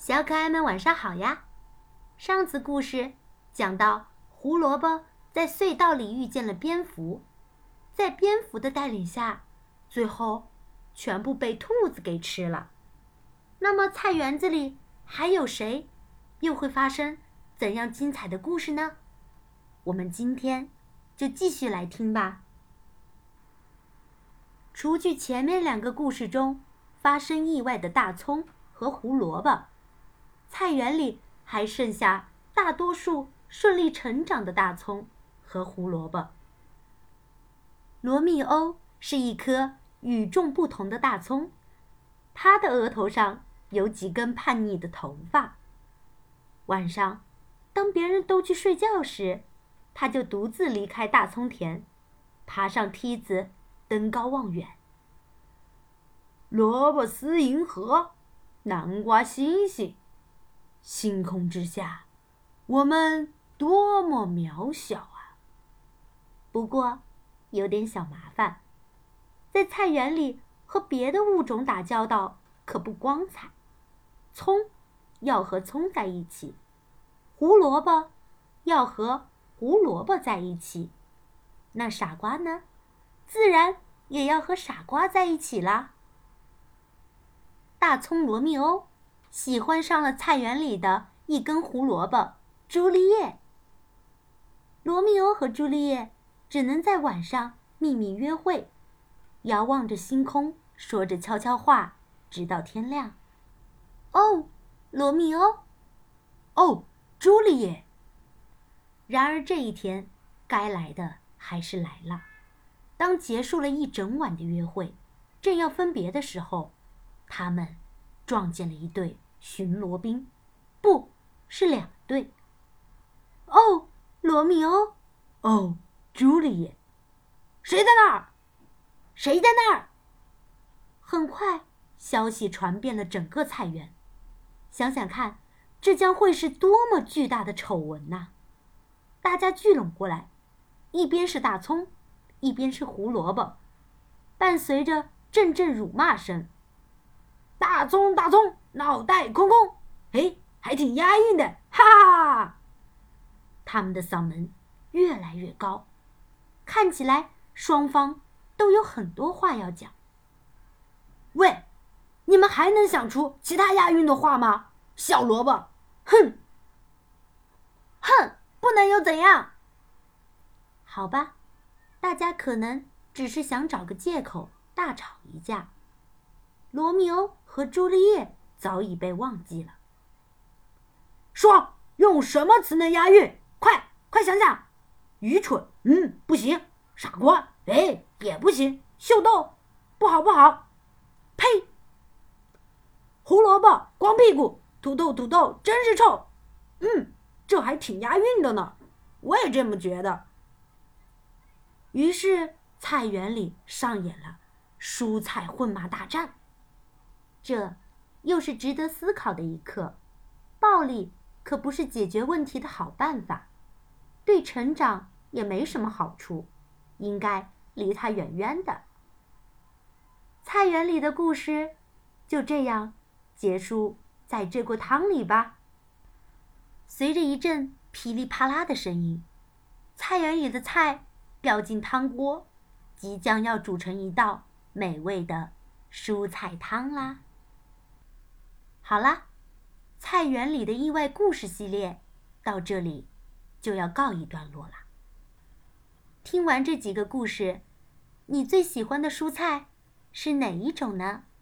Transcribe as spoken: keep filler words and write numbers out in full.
小可爱们晚上好呀！上次故事讲到胡萝卜在隧道里遇见了蝙蝠，在蝙蝠的带领下，最后全部被兔子给吃了。那么菜园子里还有谁？又会发生怎样精彩的故事呢？我们今天就继续来听吧。除去前面两个故事中发生意外的大葱和胡萝卜，菜园里还剩下大多数顺利成长的大葱和胡萝卜。罗密欧是一颗与众不同的大葱，他的额头上有几根叛逆的头发。晚上，当别人都去睡觉时，他就独自离开大葱田，爬上梯子，登高望远。萝卜丝银河，南瓜星星，星空之下，我们多么渺小啊！不过，有点小麻烦，在菜园里和别的物种打交道可不光彩。葱要和葱在一起，胡萝卜要和胡萝卜在一起，那傻瓜呢？自然也要和傻瓜在一起啦。大葱罗密欧喜欢上了菜园里的一根胡萝卜朱丽叶。罗密欧和朱丽叶只能在晚上秘密约会，遥望着星空，说着悄悄话，直到天亮。哦，罗密欧，哦，朱丽叶。然而这一天，该来的还是来了。当结束了一整晚的约会，正要分别的时候，他们撞见了一队巡逻兵，不是两队。哦，罗密欧，哦，朱丽叶，谁在那儿？谁在那儿？很快，消息传遍了整个菜园。想想看，这将会是多么巨大的丑闻呐！大家聚拢过来，一边是大葱，一边是胡萝卜，伴随着阵阵辱骂声。大葱大葱，脑袋空空，哎，还挺押韵的，哈哈哈！他们的嗓门越来越高，看起来双方都有很多话要讲。喂，你们还能想出其他押韵的话吗？小萝卜，哼！哼，不能又怎样？好吧，大家可能只是想找个借口大吵一架。罗密欧和朱丽叶早已被忘记了。说，用什么词能押韵？快，快想想！愚蠢，嗯，不行；傻瓜，哎，也不行；秀逗，不好不好。呸！胡萝卜，光屁股，土豆土豆，真是臭。嗯，这还挺押韵的呢，我也这么觉得。于是，菜园里上演了蔬菜混骂大战。这又是值得思考的一刻。暴力可不是解决问题的好办法，对成长也没什么好处，应该离它远远的。菜园里的故事就这样结束在这锅汤里吧。随着一阵噼里啪啦的声音，菜园里的菜掉进汤锅，即将要煮成一道美味的蔬菜汤啦。好啦，菜园里的意外故事系列到这里就要告一段落了。听完这几个故事，你最喜欢的蔬菜是哪一种呢？